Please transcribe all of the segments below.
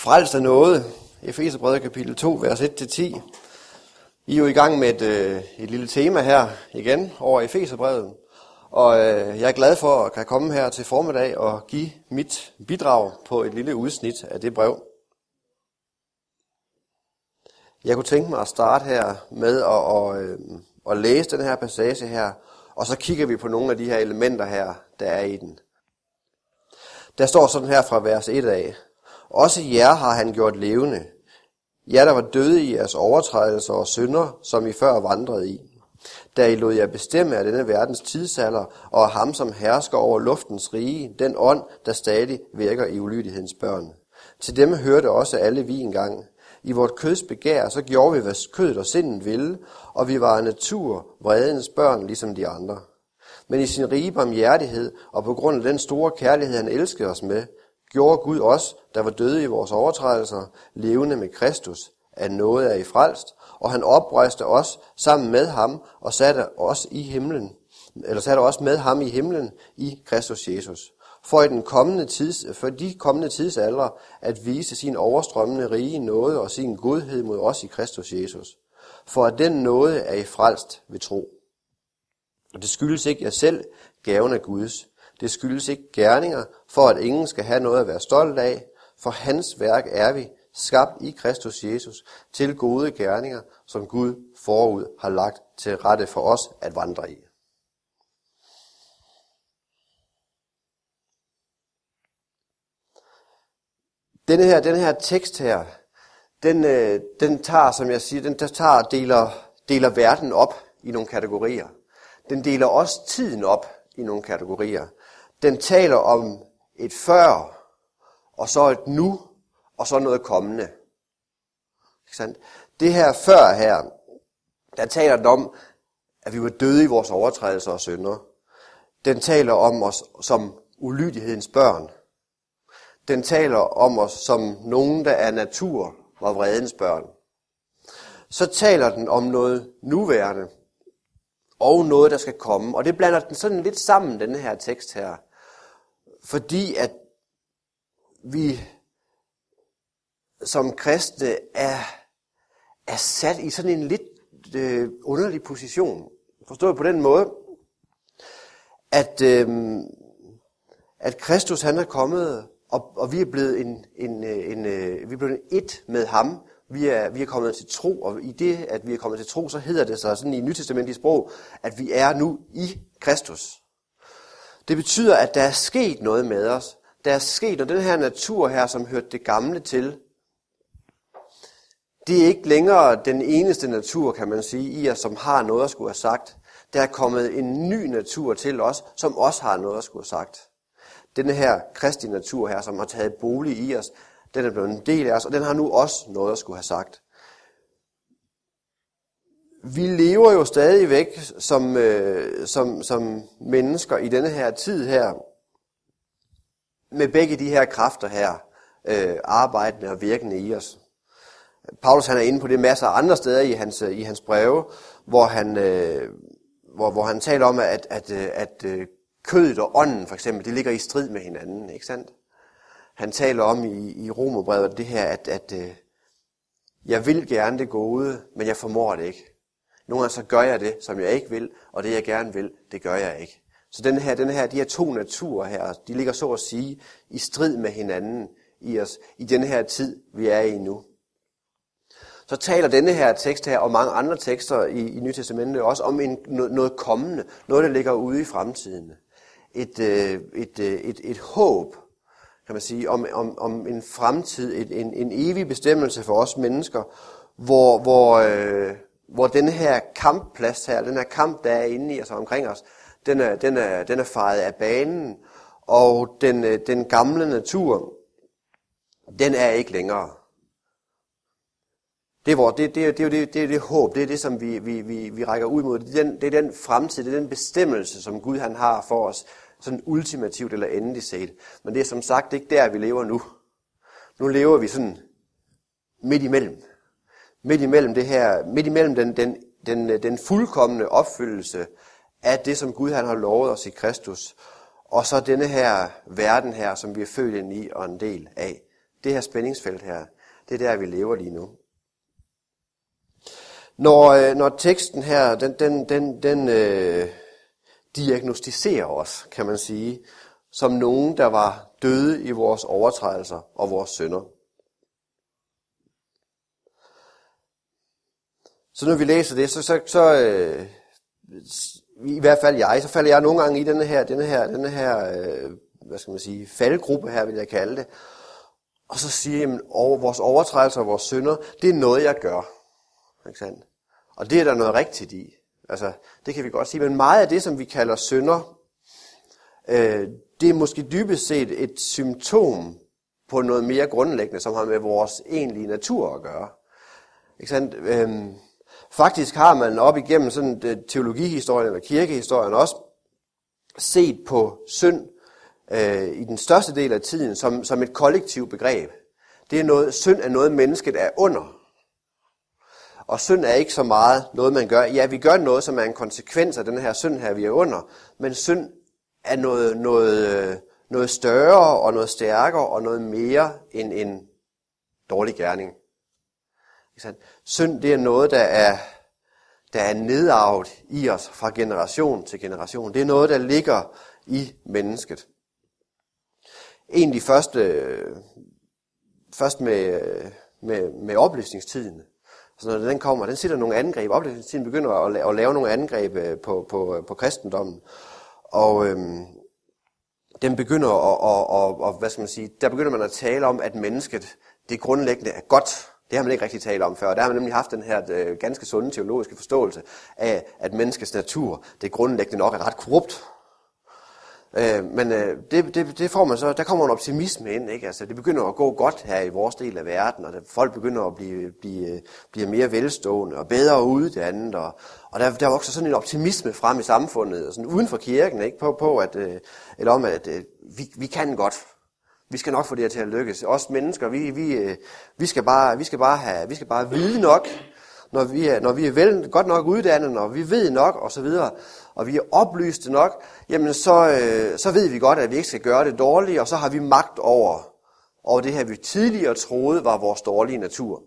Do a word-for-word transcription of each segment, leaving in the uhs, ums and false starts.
Frelst af nåde, Efeserbrevet kapitel to, vers et til ti. I er jo i gang med et, øh, et lille tema her igen over Efeserbrevet. Og øh, jeg er glad for at kan komme her til formiddag og give mit bidrag på et lille udsnit af det brev. Jeg kunne tænke mig at starte her med at, og, øh, at læse den her passage her, og så kigger vi på nogle af de her elementer her, der er i den. Der står sådan her fra vers et af. Også jer har han gjort levende. Jer, der var døde i jeres overtrædelser og synder, som I før vandrede i. Da I lod jer bestemme af denne verdens tidsalder, og af ham, som hersker over luftens rige, den ånd, der stadig virker i ulydighedens børn. Til dem hørte også alle vi engang. I vort køds begær, så gjorde vi, hvad kødet og sindet ville, og vi var af natur vredens børn, ligesom de andre. Men i sin rige barmhjertighed, og på grund af den store kærlighed, han elskede os med, gjorde Gud os, der var døde i vores overtrædelser, levende med Kristus, at noget er I frelst, og han oprejste os sammen med ham og satte os i himlen, eller satte os med ham i himlen i Kristus Jesus. For i den kommende tids, for de kommende tidsalder at vise sin overstrømmende rige nåde og sin godhed mod os i Kristus Jesus. For at den nåde er I frelst ved tro. Og det skyldes ikke jer selv, gaven af Guds. Det skyldes ikke gerninger, for at ingen skal have noget at være stolt af. For hans værk er vi, skabt i Kristus Jesus, til gode gerninger, som Gud forud har lagt til rette for os at vandre i. Denne her, denne her tekst her, den, den tager, som jeg siger, den der tager deler, deler verden op i nogle kategorier. Den deler også tiden op i nogle kategorier. Den taler om et før, og så et nu, og så noget kommende. Ikke sandt? Det her før her, der taler den om, at vi var døde i vores overtrædelser og synder. Den taler om os som ulydighedens børn. Den taler om os som nogen, der er natur, var vredens børn. Så taler den om noget nuværende, og noget, der skal komme. Og det blander den sådan lidt sammen, denne her tekst her. Fordi at vi som kristne er, er sat i sådan en lidt øh, underlig position. Forstået på den måde, at, øh, at Kristus han er kommet, og, og vi er blevet en, en, en, en, vi er blevet et med ham. Vi er, vi er kommet til tro, og i det, at vi er kommet til tro, så hedder det så sådan i nytestamentlige sprog, at vi er nu i Kristus. Det betyder, at der er sket noget med os. Der er sket, og den her natur her, som hørte det gamle til, det er ikke længere den eneste natur, kan man sige, i os, som har noget at skulle have sagt. Der er kommet en ny natur til os, som også har noget at skulle have sagt. Denne her kristi natur her, som har taget bolig i os, den er blevet en del af os, og den har nu også noget at skulle have sagt. Vi lever jo stadigvæk som, øh, som, som mennesker i denne her tid her, med begge de her kræfter her, øh, arbejdende og virkende i os. Paulus han er inde på det masser af andre steder i hans, i hans breve, hvor han, øh, hvor, hvor han taler om, at, at, at, at kødet og ånden for eksempel, det ligger i strid med hinanden, ikke sandt? Han taler om i, i Romerbrevet det her, at, at øh, jeg vil gerne det gode, men jeg formår det ikke. Nogle gange så gør jeg det, som jeg ikke vil, og det jeg gerne vil, det gør jeg ikke. Så den her, den her, de her to naturer her, de ligger så at sige i strid med hinanden i os, i denne her tid, vi er i nu. Så taler denne her tekst her, og mange andre tekster i, i Nye Testamentet, også om en, noget, noget kommende, noget der ligger ude i fremtiden. Et, øh, et, øh, et, et håb, kan man sige, om, om, om en fremtid, et, en, en evig bestemmelse for os mennesker, hvor, hvor, øh, hvor denne her kampplads her, den her kamp, der er inde i os og omkring os, den er, den er, den er faret af banen, og den, den gamle natur, den er ikke længere. Det er, hvor, det, det, det, det, det, det er det håb, det er det, som vi, vi, vi, vi rækker ud mod. Det er, den, det er den fremtid, det er den bestemmelse, som Gud han har for os, sådan ultimativt eller endeligt set. Men det er som sagt ikke der, vi lever nu. Nu lever vi sådan midt imellem. Midt imellem det her, midt imellem den, den, den, den fuldkommende opfyldelse af det, som Gud han har lovet os i Kristus, og så denne her verden her, som vi er født ind i og en del af. det her spændingsfelt her, det er der, vi lever lige nu. Når, når teksten her, den, den, den, den øh, diagnostiserer os, kan man sige, som nogen, der var døde i vores overtrædelser og vores synder. Så når vi læser det, så, så, så øh, i hvert fald jeg, så falder jeg nogle gange i denne her, denne her, denne her øh, hvad skal man sige, faldgruppe her, vil jeg kalde det. Og så siger jeg, at vores overtrædelser og vores synder, det er noget, jeg gør. Ikke sandt? Og det er der noget rigtigt i. Altså, det kan vi godt sige. Men meget af det, som vi kalder synder, øh, det er måske dybest set et symptom på noget mere grundlæggende, som har med vores egentlige natur at gøre. Ikke sandt? Øhm, faktisk har man op igennem sådan teologihistorien eller kirkehistorien også set på synd øh, i den største del af tiden som, som et kollektivt begreb. Det er noget, synd er noget, mennesket er under. Og synd er ikke så meget noget, man gør. Ja, vi gør noget, som er en konsekvens af den her synd her, vi er under. Men synd er noget, noget, noget større og noget stærkere og noget mere end en dårlig gerning. Synd, det er noget, der er, der er nedarvet i os fra generation til generation. Det er noget, der ligger i mennesket. En af de første, først med, med, med oplysningstiden, så når den kommer, den sætter nogle angreb. Oplysningstiden begynder at lave, at lave nogle angreb på, på, på kristendommen. Og øhm, den begynder at, at, at, at, hvad skal man sige, der begynder man at tale om, at mennesket, det grundlæggende er godt. Det har man ikke rigtig talt om før. Der har man nemlig haft den her øh, ganske sunde teologiske forståelse af, at menneskets natur, det grundlæggende nok er ret korrupt. Øh, men øh, det, det, det får man så, der kommer en optimisme ind, ikke? Altså, det begynder at gå godt her i vores del af verden, og der, folk begynder at blive, blive, blive mere velstående og bedre uddannet, og, og der, der er også sådan en optimisme frem i samfundet, sådan uden for kirken, ikke? På, på at, øh, eller om, at øh, vi, vi kan godt. Vi skal nok få det her til at lykkes. Os mennesker, vi, vi, vi, skal, bare, vi, skal, bare have, vi skal bare vide nok, når vi er, når vi er vel, godt nok uddannet, når vi ved nok osv., og vi er oplyste nok, jamen så, øh, så ved vi godt, at vi ikke skal gøre det dårligt, og så har vi magt over, over det her, vi tidligere troede var vores dårlige natur.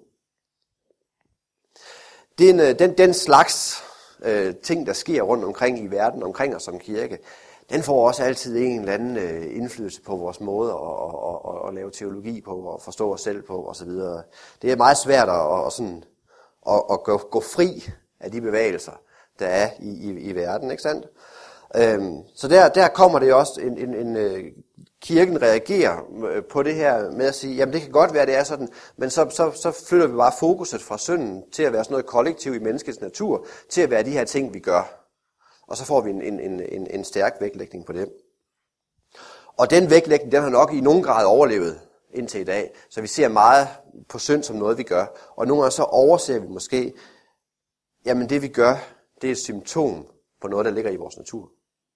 Den, den, den slags øh, ting, der sker rundt omkring i verden, omkring os som kirke, den får også altid en eller anden øh, indflydelse på vores måde at, at, at, at lave teologi på, og forstå os selv på osv. Det er meget svært at, at, sådan, at, at gå, gå fri af de bevægelser, der er i, i, i verden, ikke sandt? Øhm, så der, der kommer det også, en, en, en, en kirken reagerer på det her med at sige, jamen det kan godt være, det er sådan, men så, så, så flytter vi bare fokuset fra synden til at være sådan noget kollektiv i menneskets natur, til at være de her ting, vi gør. Og så får vi en, en, en, en stærk vægtlægning på det. Og den vægtlægning, den har nok i nogen grad overlevet indtil i dag. Så vi ser meget på synd som noget, vi gør. Og nogle gange så overser vi måske, jamen det vi gør, det er et symptom på noget, der ligger i vores natur.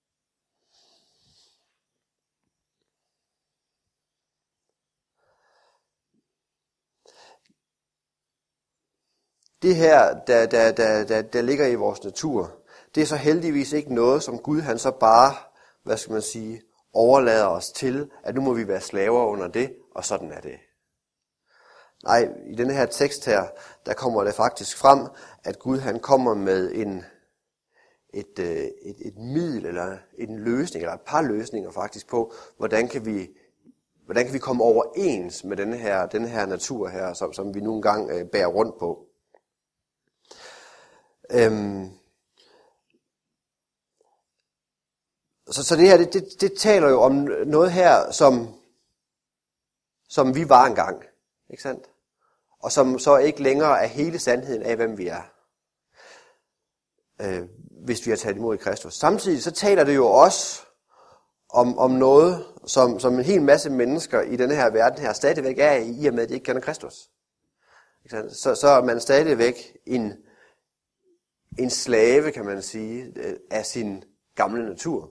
Det her, der, der, der, der, der ligger i vores natur, det er så heldigvis ikke noget, som Gud han så bare, hvad skal man sige, overlader os til, at nu må vi være slaver under det, og sådan er det. Nej, i denne her tekst her, der kommer det faktisk frem, at Gud han kommer med en, et, et, et middel, eller en løsning, eller et par løsninger faktisk på, hvordan kan vi, hvordan kan vi komme overens med denne her, denne her natur her, som, som vi nu engang øh, bærer rundt på. Øhm, Så, så det her, det, det, det taler jo om noget her, som, som vi var engang, ikke sandt? Og som så ikke længere er hele sandheden af, hvem vi er, øh, hvis vi har taget imod i Kristus. Samtidig så taler det jo også om, om noget, som, som en hel masse mennesker i denne her verden her stadigvæk er i, i og med, at de ikke kender Kristus. Ikke sandt? Så, så er man stadigvæk en, en slave, kan man sige, af sin gamle natur.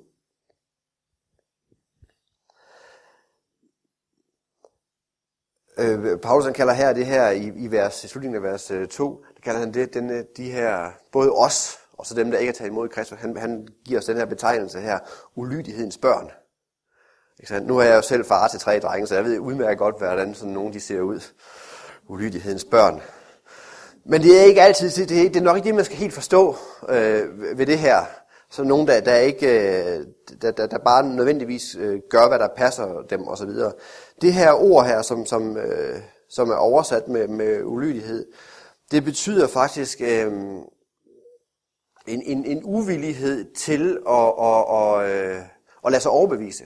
Øh, Paulus han kalder her det her i, i, vers, i slutningen af vers to, der kalder han det, den, de her, både os og så dem, der ikke er taget imod Kristus, han, han giver os den her betegnelse her, ulydighedens børn. Nu er jeg jo selv far til tre drenge, så jeg ved udmærket godt, hvordan sådan nogen de ser ud. Ulydighedens børn. Men det er ikke altid, det er nok ikke det, man skal helt forstå øh, ved det her. Så nogen, der, der ikke, der, der, der bare nødvendigvis øh, gør, hvad der passer dem osv. Det her ord her, som, som, øh, som er oversat med, med ulydighed, det betyder faktisk øh, en, en, en uvillighed til at, at, at, at, at lade sig overbevise.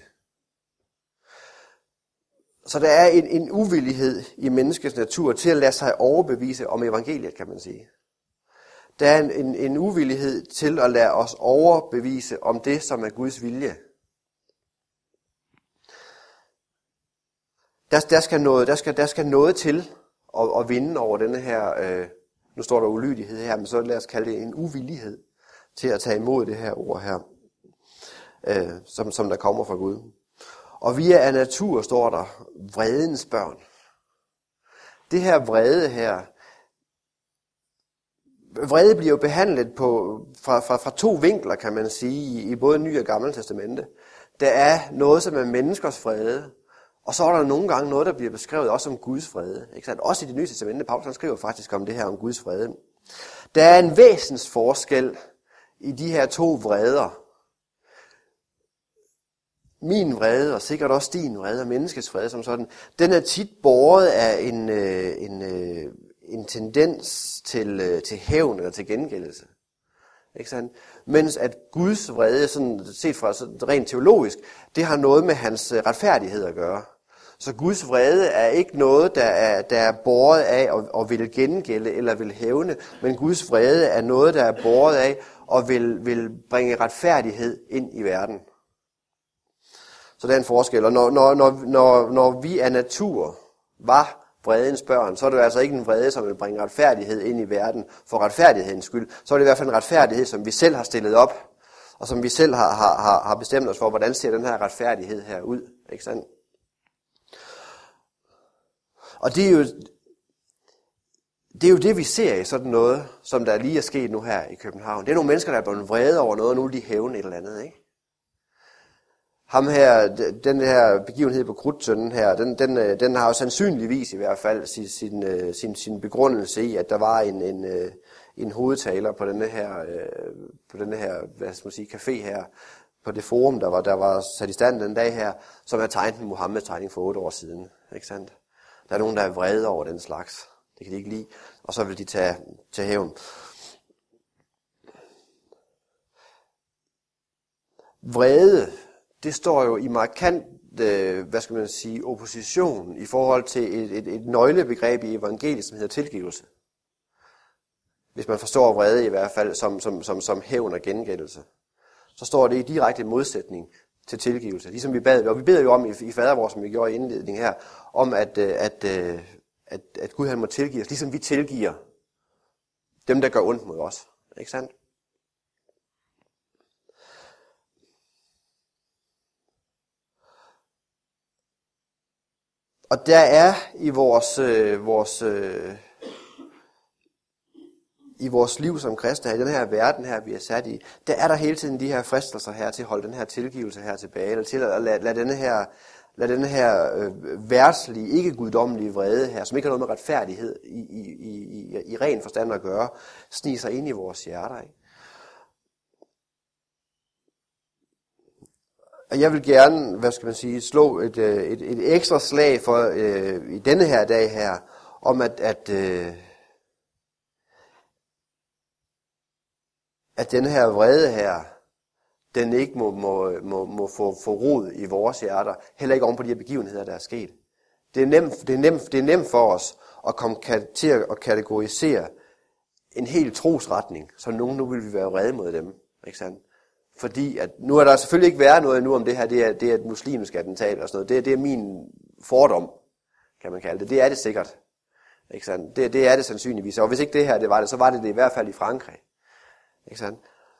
Så der er en, en uvillighed i menneskets natur til at lade sig overbevise om evangeliet, kan man sige. Der er en, en, en uvillighed til at lade os overbevise om det, som er Guds vilje. Der, der, skal, noget, der, skal, der skal noget til at, at vinde over denne her, øh, nu står der ulydighed her, men så lad os kalde det en uvillighed til at tage imod det her ord her, øh, som, som der kommer fra Gud. Og vi er af natur, står der, vredens børn. Det her vrede her, vrede bliver jo behandlet på, fra, fra, fra to vinkler, kan man sige, i, i både Nye og Gamle Testamente. Der er noget, som er menneskers vrede, og så er der nogle gange noget, der bliver beskrevet også om Guds vrede. Ikke sandt? Også i det Nye Testamente, Paulus han skriver faktisk om det her om Guds vrede. Der er en væsensforskel i de her to vreder. Min vrede, og sikkert også din vrede, og menneskets vrede som sådan, den er tit båret af en, en, en tendens til, til hævn eller til gengældelse. Ikke sandt? Mens at Guds vrede, sådan set fra sådan rent teologisk, det har noget med hans retfærdighed at gøre. Så Guds vrede er ikke noget, der er, der er båret af at, at vil gengælde eller vil hævne, men Guds vrede er noget, der er båret af at vil, vil bringe retfærdighed ind i verden. Så der er en forskel. Og når, når, når, når, når vi af natur var vredens børn, så er det jo altså ikke en vrede, som vil bringe retfærdighed ind i verden for retfærdighedens skyld. Så er det i hvert fald en retfærdighed, som vi selv har stillet op, og som vi selv har, har, har bestemt os for, hvordan ser den her retfærdighed her ud. Ikke sandt? Og det er, jo, det er jo det, vi ser i sådan noget, som der lige er sket nu her i København. Det er nogle mennesker, der er blevet vrede over noget, og nu er de hævne et eller andet, ikke? Ham her, den her begivenhed på Krudttønden her, den, den, den har jo sandsynligvis i hvert fald sin, sin, sin, sin begrundelse i, at der var en, en, en hovedtaler på denne her, på denne her, hvad skal man sige, café her, på det forum, der var, der var sat i stand den dag her, som er tegnet en Muhammed-tegning for otte år siden, ikke sandt? Der er nogen, der er vrede over den slags. Det kan de ikke lide, og så vil de tage, tage hævn. Vrede, det står jo i markant, øh, hvad skal man sige, opposition i forhold til et, et, et nøglebegreb i evangeliet, som hedder tilgivelse. Hvis man forstår vrede i hvert fald som, som, som, som hævn og gengældelse, så står det i direkte modsætning til tilgivelse. Ligesom vi bad, og vi beder jo om i, i fader vor, som vi gjorde i indledningen her, om at, at, at, at, at Gud han må tilgive os, ligesom vi tilgiver dem, der gør ondt mod os. Ikke sandt? Og der er i vores, øh, vores, øh, i vores liv som kristne her, i den her verden her, vi er sat i, der er der hele tiden de her fristelser her til at holde den her tilgivelse her tilbage, eller til at lade, lade denne her, lade denne her øh, værtslige, ikke guddommelige vrede her, som ikke har noget med retfærdighed i, i, i, i ren forstand at gøre, snige sig ind i vores hjerter, ikke? Og jeg vil gerne, hvad skal man sige, slå et, et, et ekstra slag for øh, i denne her dag her, om at, at, øh, at denne her vrede her, den ikke må, må, må, må få, få rod i vores hjerter, heller ikke oven på de her begivenheder, der er sket. Det er nemt, det er nemt, det er nemt for os at komme til at kategorisere en hel trosretning, så nogen nu vil vi være vrede mod dem, ikke sandt? Fordi at nu er der selvfølgelig ikke været noget endnu om det her, det er, det er et muslimsk attentat og sådan noget. Det, det er min fordom, kan man kalde det. Det er det sikkert. Ikke sandt? Det, det er det sandsynligvis. Og hvis ikke det her det var det, så var det det i hvert fald i Frankrig. Ikke sandt?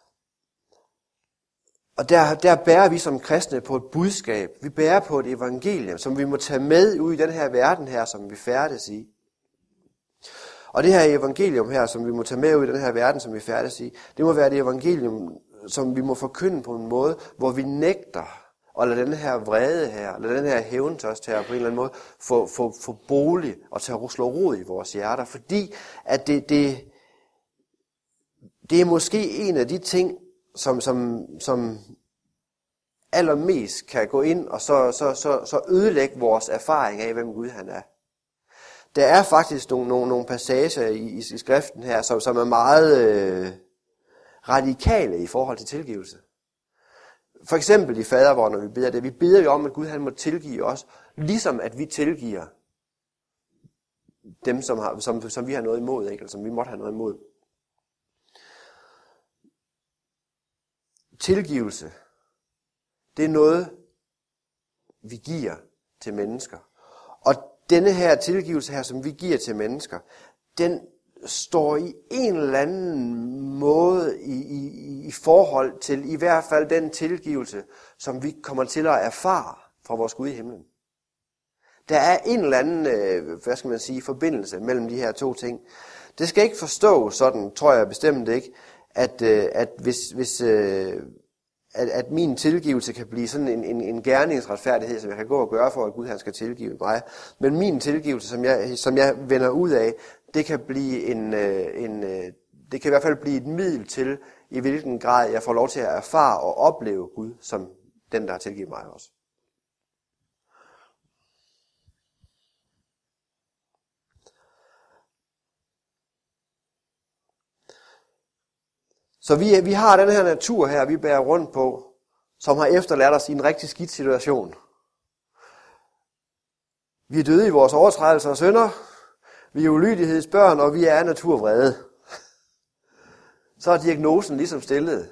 Og der, der bærer vi som kristne på et budskab. Vi bærer på et evangelium, som vi må tage med ud i den her verden her, som vi færdes i. Og det her evangelium her, som vi må tage med ud i den her verden, som vi færdes i, det må være det evangelium, som vi må forkynde på en måde, hvor vi nægter og lade den her vrede her, lade den her hævntørst her på en eller anden måde få, få, få bolig og til at slå rod i vores hjerter. Fordi at det, det, det er måske en af de ting, som, som, som allermest kan gå ind og så, så, så, så ødelægge vores erfaring af, hvem Gud han er. Der er faktisk nogle, nogle, nogle passager i, i, i skriften her, som, som er meget øh, radikale i forhold til tilgivelse. For eksempel i fadervor, når vi beder det. Vi beder jo om, at Gud han må tilgive os, ligesom at vi tilgiver dem, som, har, som, som vi har noget imod, ikke? Eller som vi måtte have noget imod. Tilgivelse, det er noget, vi giver til mennesker. Og denne her tilgivelse her, som vi giver til mennesker, den står i en eller anden måde i, i, i forhold til i hvert fald den tilgivelse, som vi kommer til at erfare fra vores Gud i himlen. Der er en eller anden, øh, hvad skal man sige, forbindelse mellem de her to ting. Det skal ikke forstås sådan, tror jeg bestemt ikke, at, øh, at hvis, hvis øh, at, at min tilgivelse kan blive sådan en, en, en gerningsretfærdighed, som jeg kan gå og gøre for, at Gud han skal tilgive mig. Men min tilgivelse, som jeg, som jeg vender ud af, det kan blive en, en, det kan i hvert fald blive et middel til, i hvilken grad jeg får lov til at erfare og opleve Gud, som den, der har tilgivet mig også. Så vi, vi har den her natur her, vi bærer rundt på, som har efterladt os i en rigtig skidt situation. Vi er døde i vores overtrædelser og synder, vi er ulydighedsbørn, og vi er naturvrede. Så er diagnosen ligesom stillet.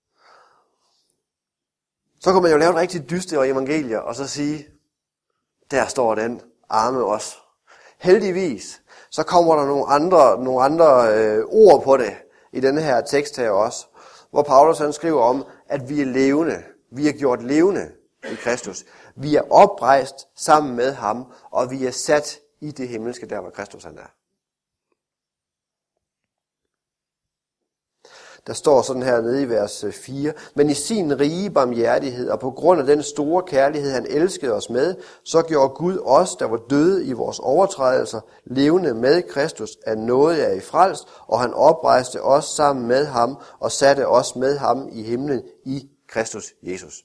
Så kan man jo lave et rigtig dystre evangelier, og så sige, der står den arme os. Heldigvis, så kommer der nogle andre, nogle andre øh, ord på det, i denne her tekst her også, hvor Paulus han skriver om, at vi er levende. Vi er gjort levende i Kristus. Vi er oprejst sammen med ham, og vi er sat i det himmelske, der hvor Kristus han er. Der står sådan her nede i vers fire, men i sin rige barmhjertighed, og på grund af den store kærlighed, han elskede os med, så gjorde Gud os, der var døde i vores overtrædelser, levende med Kristus, af nåde er I frelst, og han oprejste os sammen med ham, og satte os med ham i himlen i Kristus Jesus.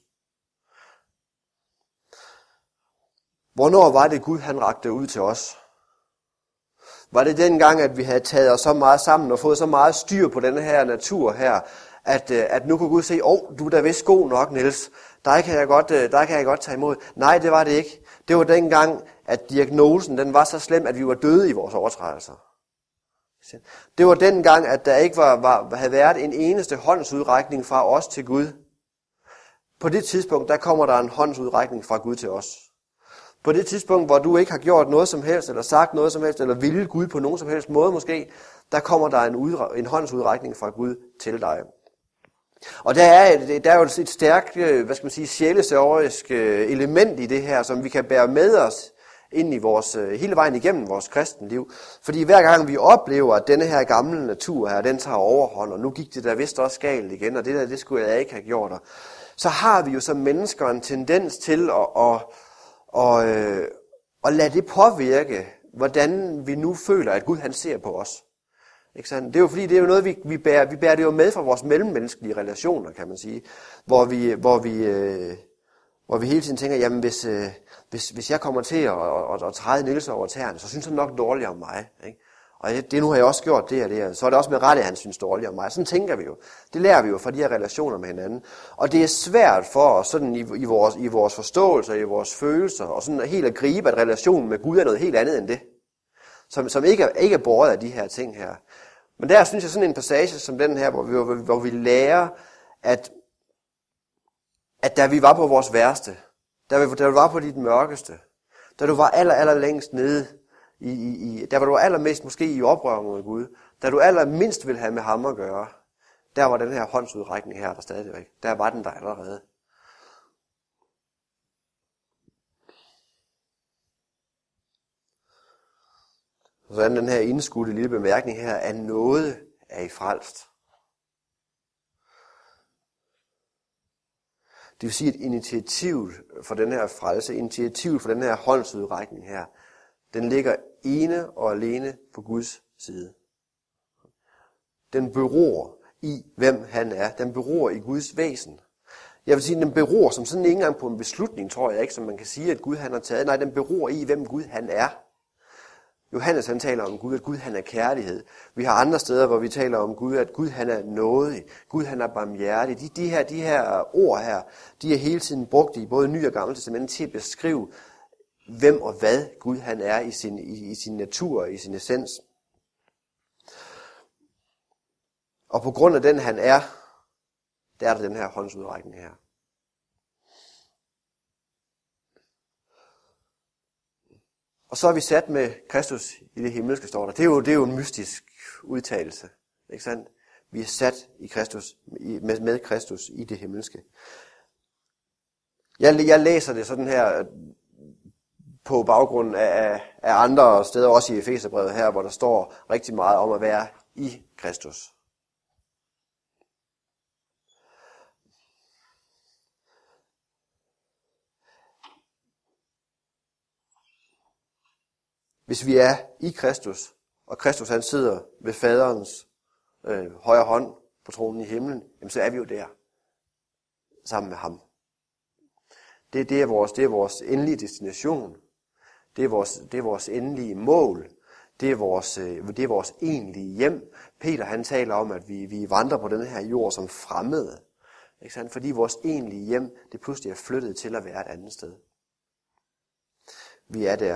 Hvornår var det Gud, han rakte ud til os? Var det dengang, at vi havde taget os så meget sammen og fået så meget styr på denne her natur her, at, at nu kunne Gud se, åh, oh, du er da vist god nok, Niels. Der kan, jeg godt, der kan jeg godt tage imod. Nej, det var det ikke. Det var dengang, at diagnosen den var så slem, at vi var døde i vores overtrædelser. Det var dengang, at der ikke var, var, havde været en eneste håndsudrækning fra os til Gud. På det tidspunkt, der kommer der en håndsudrækning fra Gud til os. På det tidspunkt, hvor du ikke har gjort noget som helst, eller sagt noget som helst, eller ville Gud på nogen som helst måde måske, der kommer der en, udre- en håndsudrækning fra Gud til dig. Og der er, der er jo et stærkt, hvad skal man sige, sjælesørgerisk element i det her, som vi kan bære med os ind i vores, hele vejen igennem vores kristenliv. Fordi hver gang vi oplever, at denne her gamle natur her, den tager overhånd, og nu gik det der vist også galt igen, og det der, det skulle jeg ikke have gjort. Så har vi jo som mennesker en tendens til at, at Og, øh, og lad det påvirke, hvordan vi nu føler, at Gud han ser på os. Ikke sandt? Det er jo fordi, det er jo noget, vi, vi, bærer, vi bærer det jo med fra vores mellemmenneskelige relationer, kan man sige. Hvor vi, hvor vi, øh, hvor vi hele tiden tænker, jamen hvis, øh, hvis, hvis jeg kommer til at, at, at, at træde Niels over tæerne, så synes han nok dårligt om mig. Ikke? Og det, nu har jeg også gjort det og det, så er det også med rette, at han synes dårligt om mig. Sådan tænker vi jo. Det lærer vi jo fra de her relationer med hinanden. Og det er svært for os sådan i, i, vores, i vores forståelse, i vores følelser, og sådan helt at gribe, at relationen med Gud er noget helt andet end det. Som, som ikke, er, ikke er båret af de her ting her. Men der synes jeg sådan en passage som den her, hvor vi, hvor, hvor vi lærer, at, at da vi var på vores værste, da vi, da vi var på dit mørkeste, da du var aller, aller længst nede, I, i, i, der var du allermest måske i oprør mod Gud, da du allermindst ville have med ham at gøre, der var den her håndsudrækning her, der stadigvæk. Der var den der allerede. Så er den her indskudte lille bemærkning her, at noget er I frelst. Det vil sige, at initiativet for den her frelse, initiativet for den her håndsudrækning her, den ligger ene og alene på Guds side. Den beror i, hvem han er. Den beror i Guds væsen. Jeg vil sige, den beror som sådan ikke engang på en beslutning, tror jeg ikke, som man kan sige, at Gud han har taget. Nej, den beror i, hvem Gud han er. Johannes han taler om Gud, at Gud han er kærlighed. Vi har andre steder, hvor vi taler om Gud, at Gud han er nådig. Gud han er barmhjertig. De, de, her, de her ord her, de er hele tiden brugt i både Nye og Gamle Testament til at beskrive, hvem og hvad Gud han er i sin, i, i sin natur og i sin essens. Og på grund af den han er, der er der den her håndsudrækning her. Og så er vi sat med Kristus i det himmelske, står der. Det er jo, det er jo en mystisk udtalelse. Ikke sandt? Vi er sat i Kristus, med, med Kristus i det himmelske. Jeg, jeg læser det sådan her på baggrund af, af andre steder, også i Efeserbrevet her, hvor der står rigtig meget om at være i Kristus. Hvis vi er i Kristus, og Kristus han sidder ved faderens øh, højre hånd på tronen i himlen, jamen så er vi jo der, sammen med ham. Det, det, er, vores, det er vores endelige destination. Det er vores, det er vores endelige mål. Det er vores, øh, det er vores egentlige hjem. Peter han taler om, at vi, vi vandrer på den her jord som fremmede. Ikke sandt? Fordi vores egentlige hjem, det pludselig er flyttet til at være et andet sted. Vi er der.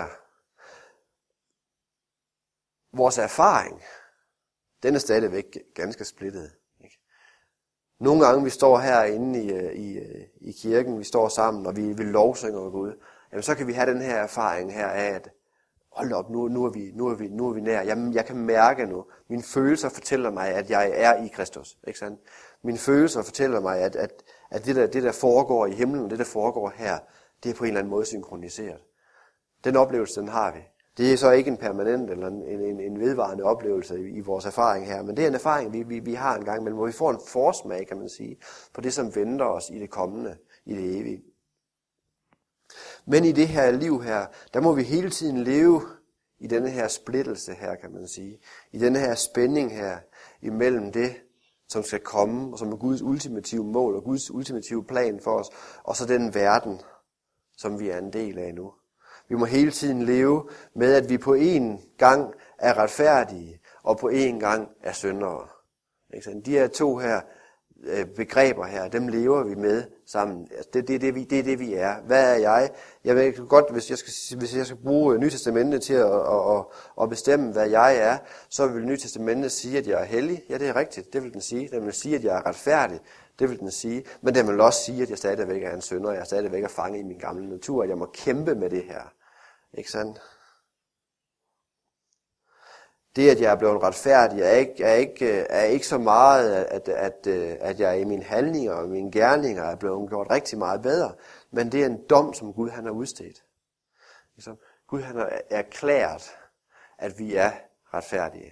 Vores erfaring, den er stadigvæk ganske splittet. Ikke? Nogle gange vi står herinde i, i, i kirken, vi står sammen, og vi, vi lovsynger Gud, jamen så kan vi have den her erfaring her af, at hold op, nu, nu, er, vi, nu, er, vi, nu er vi nær. Jamen, jeg kan mærke nu, mine følelser fortæller mig, at jeg er i Kristus. Ikke sandt? Mine følelser fortæller mig, at, at, at det, der, det, der foregår i himlen, og det, der foregår her, det er på en eller anden måde synkroniseret. Den oplevelse, den har vi. Det er så ikke en permanent eller en, en, en vedvarende oplevelse i, i vores erfaring her, men det er en erfaring, vi, vi, vi har en gang, men hvor vi får en forsmag, kan man sige, på det, som venter os i det kommende, i det evige. Men i det her liv her, der må vi hele tiden leve i denne her splittelse her, kan man sige. I denne her spænding her, imellem det, som skal komme, og som er Guds ultimative mål, og Guds ultimative plan for os, og så den verden, som vi er en del af nu. Vi må hele tiden leve med, at vi på en gang er retfærdige, og på en gang er syndere. De her to her begreber her, dem lever vi med sammen. Det, det, det, vi, det er det, vi er. Hvad er jeg? Jeg ved godt, hvis jeg skal, hvis jeg skal bruge Nye Testamentet til at, at, at bestemme, hvad jeg er, så vil Nye Testamentet sige, at jeg er hellig. Ja, det er rigtigt. Det vil den sige. Den vil sige, at jeg er retfærdig. Det vil den sige. Men den vil også sige, at jeg stadigvæk er en synder, og jeg stadigvæk er fanget i min gamle natur, at jeg må kæmpe med det her. Ikke sandt? Det, at jeg er blevet retfærdig, er ikke, er ikke, er ikke så meget, at, at, at jeg i mine handlinger og mine gerninger er blevet gjort rigtig meget bedre. Men det er en dom, som Gud han har udstedt. Gud han har erklæret, at vi er retfærdige.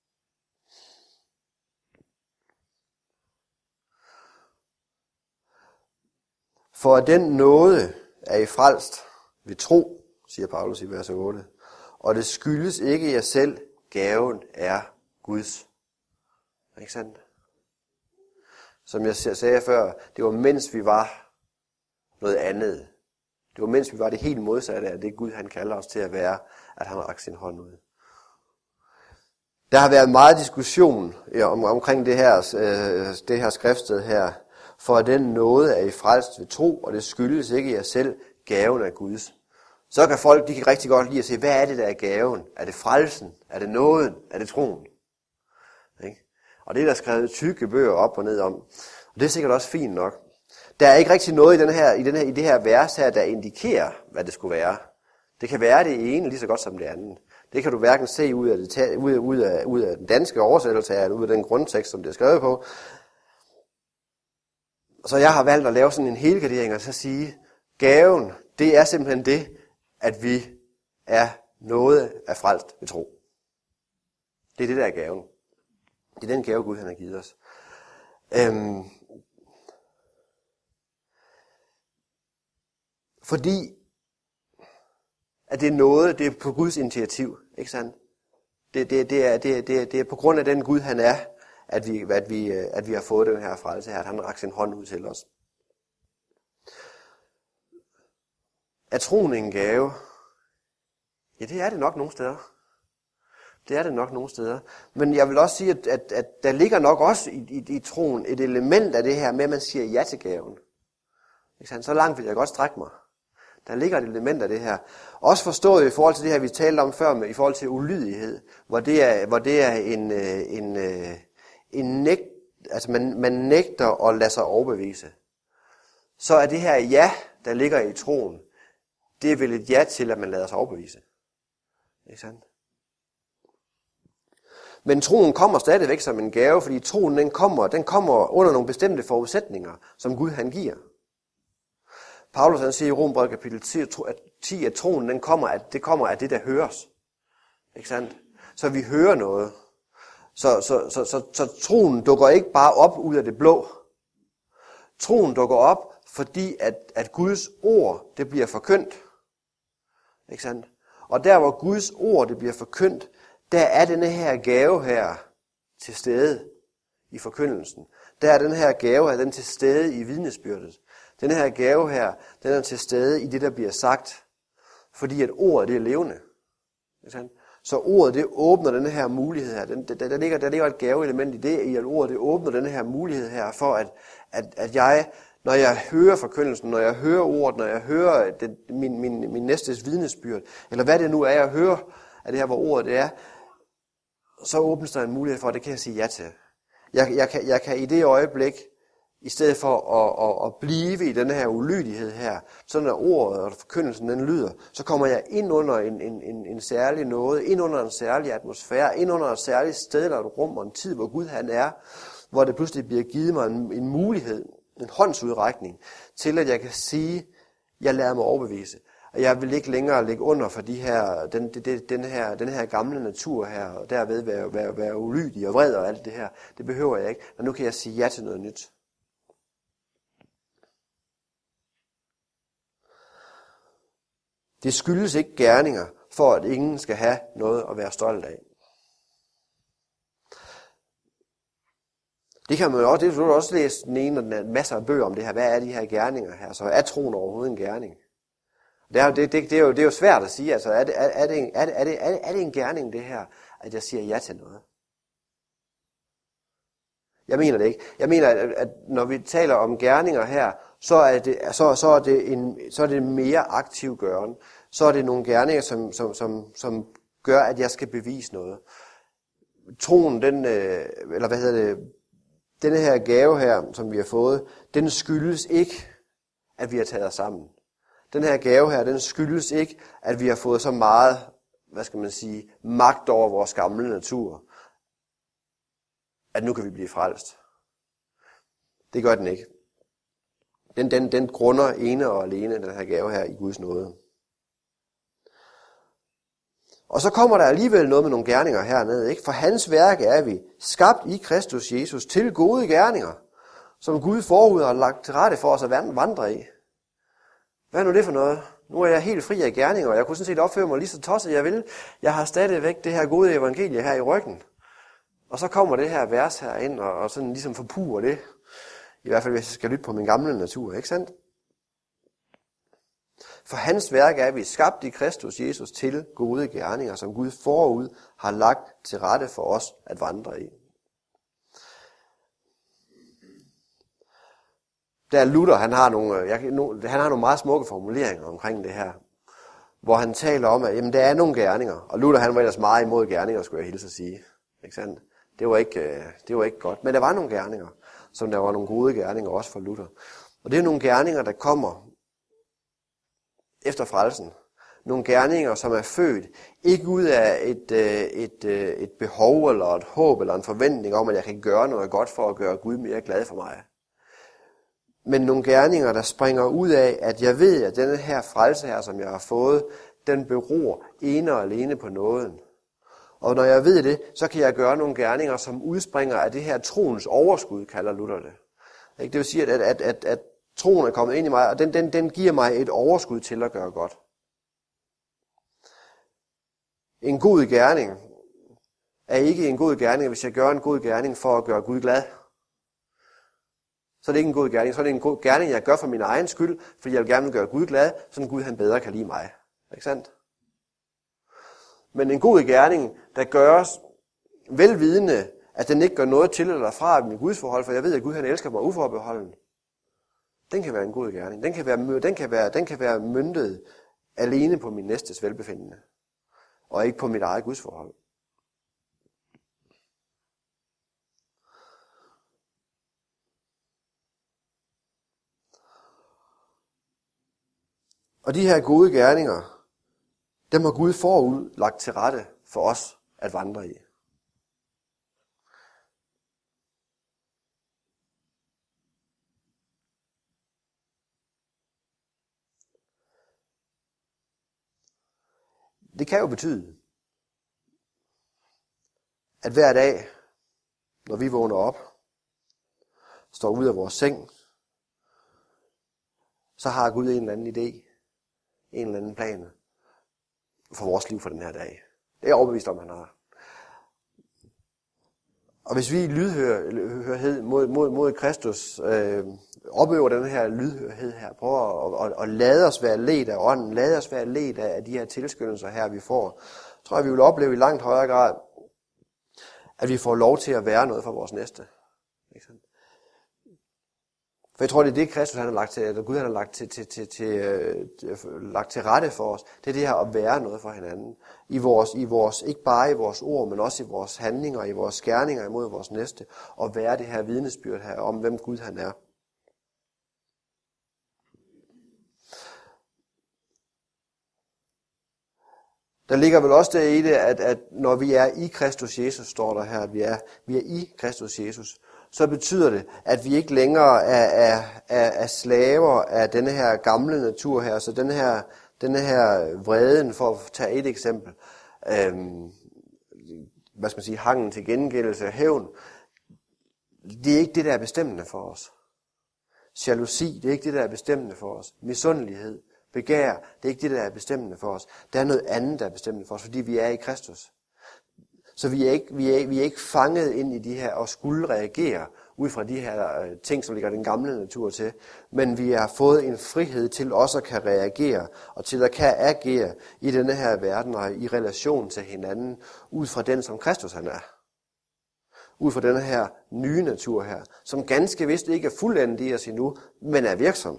For at den nåde er I frelst ved tro, siger Paulus i vers otte. Og det skyldes ikke jer selv, gaven er Guds. Ikke sandt? Som jeg sagde før, det var mens vi var noget andet. Det var mens vi var det helt modsatte af det Gud han kalder os til at være, at han har rakt sin hånd ud. Der har været meget diskussion om, omkring det her, øh, det her skriftsted her. For at den nåde er I frelst ved tro, og det skyldes ikke jer selv, gaven er Guds. Så kan folk, de kan rigtig godt lide at se, hvad er det, der er gaven? Er det frelsen? Er det nåden? Er det troen? Ikke? Og det er der skrevet tykke bøger op og ned om. Og det er sikkert også fint nok. Der er ikke rigtig noget i, den her, i, den her, i det her vers her, der indikerer, hvad det skulle være. Det kan være det ene lige så godt som det andet. Det kan du hverken se ud af, det, ud af, ud af, ud af den danske oversættelse, eller ud af den grundtekst, som det er skrevet på. Så jeg har valgt at lave sådan en helgardering og så sige, gaven, det er simpelthen det, at vi er noget af frelst ved tro. Det er det, der er gaven. Det er den gave, Gud han har givet os. Øhm, Fordi at det er noget, det er på Guds initiativ, ikke sandt? Det, det, det, er, det, det, det er på grund af den Gud, han er, at vi, at vi, at vi har fået den her frelse her, at han har rakt sin hånd ud til os. Er troen en gave? Ja, det er det nok nogle steder. Det er det nok nogle steder. Men jeg vil også sige, at, at, at der ligger nok også i, i, i troen et element af det her med, at man siger ja til gaven. Ikke sandt? Så langt vil jeg godt strække mig. Der ligger et element af det her. Også forstået i forhold til det her, vi talte om før, med, i forhold til ulydighed, hvor det er, hvor det er en, en, en nægt, altså man, man nægter at lade sig overbevise. Så er det her ja, der ligger i troen, det er vel et ja til, at man lader sig overbevise. Ikke sandt? Men troen kommer stadigvæk som en gave, fordi troen den kommer, den kommer under nogle bestemte forudsætninger, som Gud han giver. Paulus han siger i Romerbrevet kapitel ti, at troen den kommer, at det kommer af det, der høres. Ikke sandt? Så vi hører noget. Så, så, så, så, så troen dukker ikke bare op ud af det blå. Troen dukker op, fordi at, at Guds ord, det bliver forkyndt. Ikke sandt? Og der hvor Guds ord, det bliver forkyndt, der er denne her gave her til stede i forkyndelsen. Der er den her gave her, den til stede i vidnesbyrdet. Den her gave her, den er til stede i det, der bliver sagt. Fordi at ordet, det er levende. Så ordet, det åbner den her mulighed her. Der, der, der, ligger, der ligger et gaveelement i det, i at ordet, det åbner den her mulighed her, for at, at, at jeg, når jeg hører forkyndelsen, når jeg hører ordet, når jeg hører det, min, min, min næstes vidnesbyrd, eller hvad det nu er, jeg hører af det her, hvor ordet det er, så åbnes der en mulighed for, at det kan jeg sige ja til. Jeg, jeg, kan, jeg kan i det øjeblik, i stedet for at, at, at blive i den her ulydighed her, så når ordet og forkyndelsen den lyder, så kommer jeg ind under en, en, en, en særlig noget, ind under en særlig atmosfære, ind under et særligt sted eller et rum og en tid, hvor Gud han er, hvor det pludselig bliver givet mig en, en mulighed, en håndsudrækning, til at jeg kan sige, jeg lader mig overbevise. Og jeg vil ikke længere ligge under for de her, den, den, den, her, den her gamle natur her, og derved være, være, være ulydig og vred og alt det her. Det behøver jeg ikke, men nu kan jeg sige ja til noget nyt. Det skyldes ikke gerninger, for at ingen skal have noget at være stolt af. Det kan man jo også, det vil du også læse den ene og den anden, masser af bøger om det her. Hvad er de her gerninger her? Så er troen overhovedet en gerning? Det er, det, det, det, er jo, det er jo svært at sige. Altså, er, det, er, er, det en, er, det, er, det, er, det, er det en gerning, det her, at jeg siger ja til noget? Jeg mener det ikke. Jeg mener, at, at når vi taler om gerninger her, så er det, så, så er det, en, så er det mere aktiv gøren. Så er det nogle gerninger, som, som, som, som gør, at jeg skal bevise noget. Troen, den, eller hvad hedder det, denne her gave her, som vi har fået, den skyldes ikke, at vi har taget os sammen. Den her gave her, den skyldes ikke, at vi har fået så meget, hvad skal man sige, magt over vores gamle natur, at nu kan vi blive frelst. Det gør den ikke. Den, den, den grunder ene og alene, den her gave her, i Guds nåde. Og så kommer der alligevel noget med nogle gerninger hernede, ikke? For hans værk er vi, skabt i Kristus Jesus, til gode gerninger, som Gud forud har lagt til rette for os at vandre i. Hvad er nu det for noget? Nu er jeg helt fri af gerninger, og jeg kunne sådan set opføre mig lige så tosset jeg vil. Jeg har stadigvæk det her gode evangelie her i ryggen. Og så kommer det her vers her ind, og, og sådan ligesom forpurer det. I hvert fald, hvis jeg skal lytte på min gamle natur, ikke sandt? For hans værk er vi skabt i Kristus Jesus til gode gerninger, som Gud forud har lagt til rette for os at vandre i. Der er Luther, han har, nogle, jeg, han har nogle meget smukke formuleringer omkring det her, hvor han taler om, at jamen, der er nogle gerninger, og Luther han var ellers meget imod gerninger, skulle jeg hilse at sige. Ikke sandt? Det var ikke, det var ikke godt, men der var nogle gerninger, som der var nogle gode gerninger også for Luther. Og det er nogle gerninger, der kommer efter frelsen. Nogle gerninger, som er født, ikke ud af et, et, et, et behov, eller et håb, eller en forventning om, at jeg kan gøre noget godt for at gøre Gud mere glad for mig. Men nogle gerninger, der springer ud af, at jeg ved, at denne her frelse her, som jeg har fået, den beror ene og alene på nåden. Og når jeg ved det, så kan jeg gøre nogle gerninger, som udspringer af det her troens overskud, kalder Luther det. Det vil sige, at, at, at, at Troen er kommet ind i mig, og den, den, den giver mig et overskud til at gøre godt. En god gerning er ikke en god gerning, hvis jeg gør en god gerning for at gøre Gud glad. Så er det ikke en god gerning. Så er det en god gerning, jeg gør for min egen skyld, fordi jeg vil gerne gøre Gud glad, så Gud han bedre kan lide mig. Ikke sandt? Men en god gerning, der gøres velvidende, at den ikke gør noget til eller fra mit gudsforhold, for jeg ved, at Gud han elsker mig uforbeholden. Den kan være en god gerning. Den kan være, den kan være, den kan være møntet alene på min næstes velbefindende, og ikke på mit eget gudsforhold. Og de her gode gerninger, dem har Gud forud lagt til rette for os at vandre i. Det kan jo betyde, at hver dag, når vi vågner op, står ud af vores seng, så har Gud en eller anden idé, en eller anden plan for vores liv for den her dag. Det er jeg overbevist om, han har. Og hvis vi i lydhørhed mod, mod, mod Kristus øh, opøver den her lydhørhed her, prøver at, at, at lade os være ledt af ånden, lade os være ledt af de her tilskyndelser her, vi får, tror jeg, vi vil opleve i langt højere grad, at vi får lov til at være noget for vores næste. Ikke sandt? For jeg tror, det er det, Kristus han har lagt til, eller Gud han har lagt til, til, til, til, øh, lagt til rette for os. Det er det her at være noget for hinanden. I vores, i vores, ikke bare i vores ord, men også i vores handlinger, i vores gerninger imod vores næste. Og være det her vidnesbyrd her om, hvem Gud han er. Der ligger vel også det i det, at, at når vi er i Kristus Jesus, står der her, at vi er, vi er i Kristus Jesus, så betyder det, at vi ikke længere er, er, er, er slaver af denne her gamle natur her. Så denne her, denne her vreden, for at tage et eksempel, øhm, hvad skal man sige, hangen til gengældelse og hævn, det er ikke det, der er bestemmende for os. Jalousi, det er ikke det, der er bestemmende for os. Misundelighed, begær, det er ikke det, der er bestemmende for os. Der er noget andet, der er bestemmende for os, fordi vi er i Kristus. Så vi er, ikke, vi, er, vi er ikke fanget ind i de her og skulle reagere ud fra de her ting, som ligger den gamle natur til. Men vi har fået en frihed til også at kan reagere og til at kan agere i denne her verden og i relation til hinanden ud fra den, som Kristus han er. Ud fra denne her nye natur her, som ganske vist ikke er fuldendt i os endnu, men er virksom.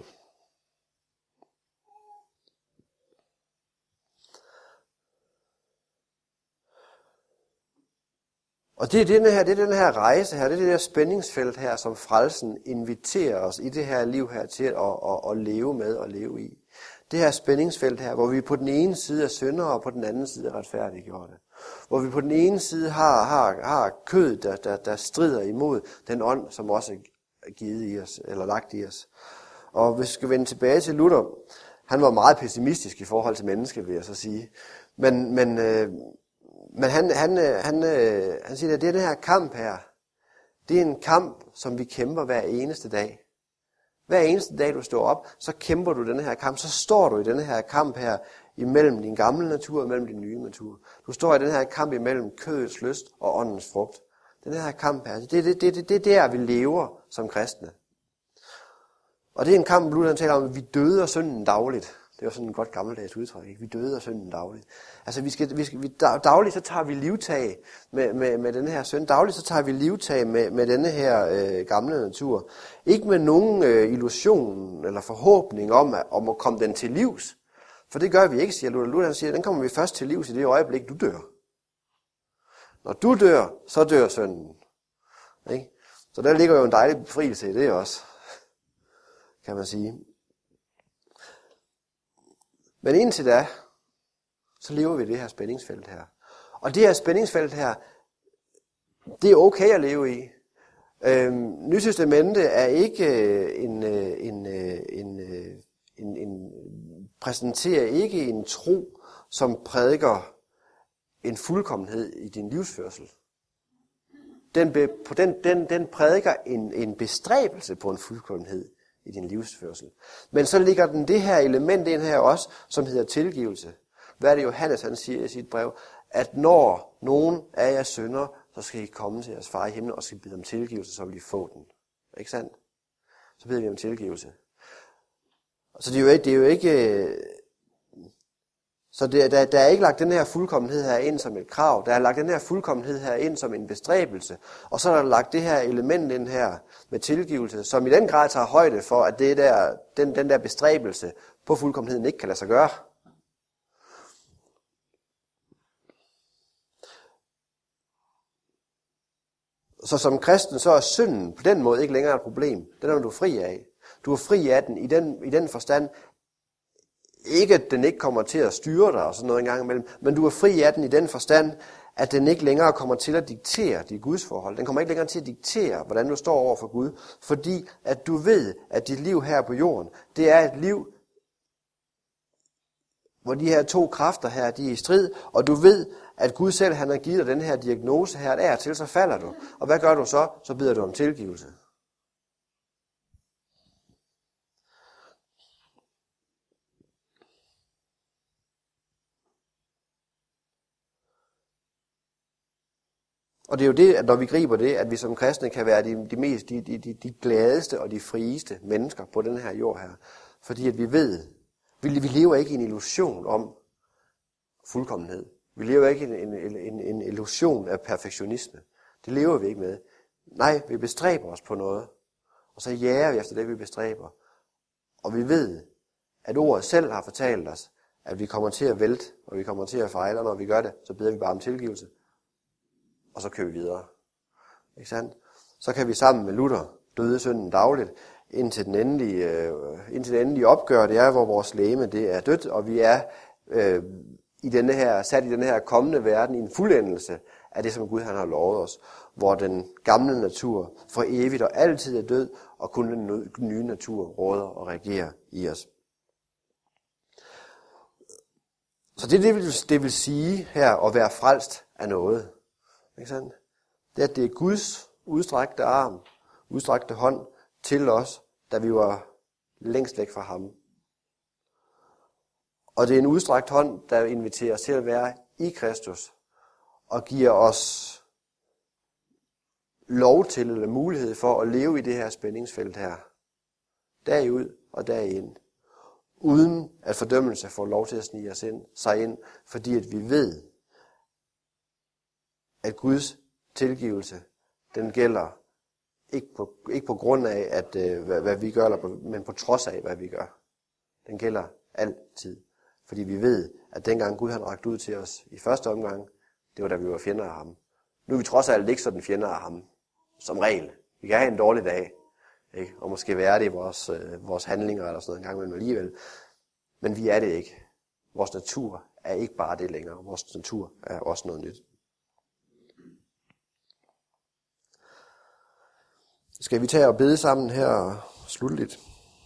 Og det er den her, det er den her rejse her, det er det der spændingsfelt her, som frelsen inviterer os i det her liv her til at, at, at leve med og leve i. Det her spændingsfelt her, hvor vi på den ene side er syndere, og på den anden side er retfærdiggjorte. Hvor vi på den ene side har, har, har kød, der, der, der strider imod den ånd, som også er givet i os, eller lagt i os. Og hvis vi skal vende tilbage til Luther, han var meget pessimistisk i forhold til mennesket, vil jeg så sige. Men, men øh, Men han, han, han, han siger, at det er den her kamp her, det er en kamp, som vi kæmper hver eneste dag. Hver eneste dag, du står op, så kæmper du den her kamp. Så står du i den her kamp her, imellem din gamle natur og mellem din nye natur. Du står i den her kamp imellem kødets lyst og åndens frugt. Den her kamp her, det er det, det, det, det der, vi lever som kristne. Og det er en kamp, Luther taler om, at vi døder synden dagligt. Det var sådan en godt gammeldags udtryk, ikke? Vi døder synden dagligt. Altså vi skal, vi skal, vi, dagligt så tager vi livtag med, med, med denne her synd. Dagligt så tager vi livtag med, med denne her øh, gamle natur. Ikke med nogen øh, illusion eller forhåbning om at, om at komme den til livs. For det gør vi ikke, siger Luther. Luther siger, den kommer vi først til livs i det øjeblik, du dør. Når du dør, så dør synden. Ikke? Så der ligger jo en dejlig befrielse i det også, kan man sige. Men indtil da, så lever vi i det her spændingsfelt her. Og det her spændingsfelt her, det er okay at leve i. Øhm, Nytestamentet er ikke en, en, en, en, en, præsenterer ikke en tro, som prædiker en fuldkommenhed i din livsførsel. Den, be, den, den, den prædiker en, en bestræbelse på en fuldkommenhed i din livsførsel. Men så ligger den det her element ind her også, som hedder tilgivelse. Hvad er det Johannes han siger i sit brev? At når nogen af jer synder, så skal I komme til jeres far i himlen og skal bede om tilgivelse, så vil I få den. Ikke sandt? Så beder vi om tilgivelse. Så det er jo ikke... Det er jo ikke så det, der, der er ikke lagt den her fuldkommenhed her ind som et krav. Der er lagt den her fuldkommenhed her ind som en bestræbelse. Og så er der lagt det her element ind her med tilgivelse, som i den grad tager højde for, at det der, den, den der bestræbelse på fuldkommenheden ikke kan lade sig gøre. Så som kristen, så er synden på den måde ikke længere et problem. Den er du fri af. Du er fri af den i den, i den forstand, ikke at den ikke kommer til at styre dig og sådan noget en gang imellem, men du er fri af den i den forstand, at den ikke længere kommer til at diktere dit gudsforhold. Den kommer ikke længere til at diktere, hvordan du står over for Gud, fordi at du ved, at dit liv her på jorden, det er et liv, hvor de her to kræfter her, de er i strid, og du ved, at Gud selv han har givet dig den her diagnose her, at af og til så falder du. Og hvad gør du så? Så beder du om tilgivelse. Og det er jo det, at når vi griber det, at vi som kristne kan være de, de mest, de, de, de gladeste og de frieste mennesker på den her jord her. Fordi at vi ved, vi, vi lever ikke i en illusion om fuldkommenhed. Vi lever ikke i en, en, en, en illusion af perfektionisme. Det lever vi ikke med. Nej, vi bestræber os på noget. Og så jager vi efter det, vi bestræber. Og vi ved, at ordet selv har fortalt os, at vi kommer til at vælte, og vi kommer til at fejle, og når vi gør det, så beder vi bare om tilgivelse. Og så kører vi videre. Ikke sandt? Så kan vi sammen med Luther døde synden dagligt, indtil den endelige, øh, indtil den endelige opgør, det er, hvor vores legeme det er dødt, og vi er øh, i denne her, sat i denne her kommende verden i en fuldendelse af det, som Gud han har lovet os, hvor den gamle natur for evigt og altid er død, og kun den nye natur råder og regerer i os. Så det, det, vil, det vil sige her, at være frelst af noget. Ikke sandt? Det er, at det er Guds udstrakte arm, udstrakte hånd til os, da vi var længst væk fra ham. Og det er en udstrakt hånd, der inviterer os til at være i Kristus, og giver os lov til, eller mulighed for at leve i det her spændingsfelt her. Derud og derind. Uden at fordømmelse får lov til at snige os ind, sig ind, fordi at vi ved, at Guds tilgivelse, den gælder ikke på, ikke på grund af, at, øh, hvad, hvad vi gør, eller på, men på trods af, hvad vi gør. Den gælder altid. Fordi vi ved, at dengang Gud han rakte ud til os i første omgang, det var da vi var fjender af ham. Nu er vi trods alt ikke sådan fjender af ham, som regel. Vi kan have en dårlig dag, ikke? Og måske være det i vores, øh, vores handlinger eller sådan noget en gang imellem alligevel. Men vi er det ikke. Vores natur er ikke bare det længere. Vores natur er også noget nyt. Skal vi tage og bede sammen her slutligt?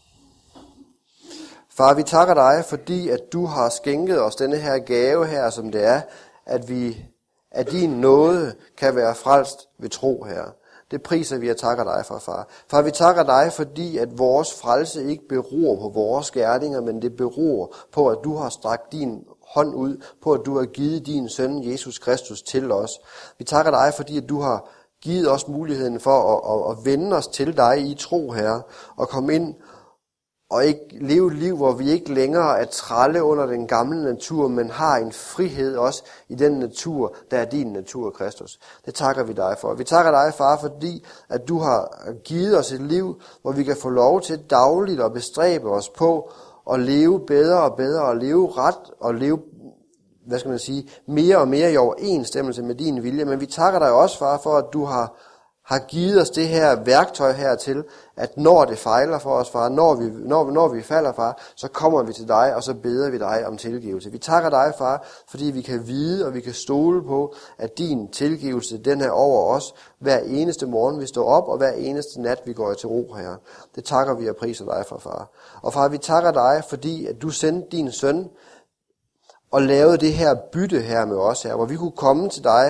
Far, vi takker dig, fordi at du har skænket os denne her gave her, som det er, at vi af din nåde kan være frelst ved tro her. Det priser vi og takker dig for, far. Far, vi takker dig, fordi at vores frelse ikke beror på vores gerninger, men det beror på, at du har strakt din hånd ud, på at du har givet din søn Jesus Kristus til os. Vi takker dig, fordi at du har givet os muligheden for at, at, at vende os til dig i tro, Herre, og komme ind og ikke leve et liv, hvor vi ikke længere er trælle under den gamle natur, men har en frihed også i den natur, der er din natur, Kristus. Det takker vi dig for. Vi takker dig, far, fordi at du har givet os et liv, hvor vi kan få lov til dagligt at bestræbe os på at leve bedre og bedre, og leve ret, og leve, hvad skal man sige, mere og mere i overensstemmelse med din vilje. Men vi takker dig også, far, for at du har har givet os det her værktøj her til, at når det fejler for os, far, når vi, når, når vi falder, far, så kommer vi til dig, og så beder vi dig om tilgivelse. Vi takker dig, far, fordi vi kan vide, og vi kan stole på, at din tilgivelse, den er over os, hver eneste morgen vi står op, og hver eneste nat vi går til ro her. Det takker vi og priser dig for, far. Og far, vi takker dig, fordi at du sendte din søn, og lavede det her bytte her med os her, hvor vi kunne komme til dig,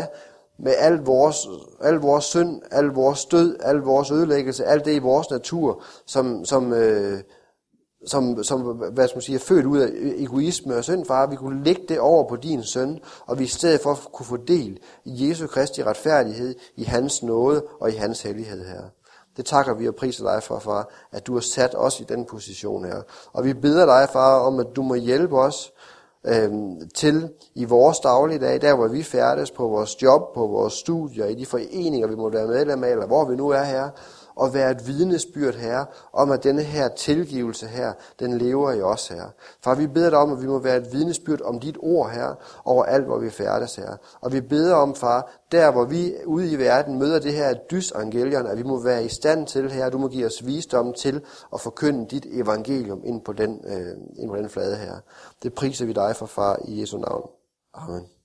med al vores, al vores synd, al vores død, al vores ødelæggelse, alt det i vores natur, som, som, øh, som, som hvad skal man sige, er født ud af egoisme og synd, far. Vi kunne lægge det over på din søn, og vi i stedet for kunne få del i Jesu Kristi retfærdighed, i hans nåde og i hans hellighed, her. Det takker vi og priser dig for, far, at du har sat os i den position her. Og vi beder dig, far, om at du må hjælpe os øhm, til i vores dagligdag, der hvor vi færdes, på vores job, på vores studier, i de foreninger, vi må være medlem af, eller hvor vi nu er her, og være et vidnesbyrd her, om at denne her tilgivelse her, den lever i os her. Far, vi beder dig om, at vi må være et vidnesbyrd om dit ord her, over alt, hvor vi færdes her. Og vi beder om, far, der hvor vi ude i verden møder det her dysangelion, at vi må være i stand til her, du må give os visdom til at forkynde dit evangelium ind på den, øh, ind på den flade her. Det priser vi dig for, far, i Jesu navn. Amen.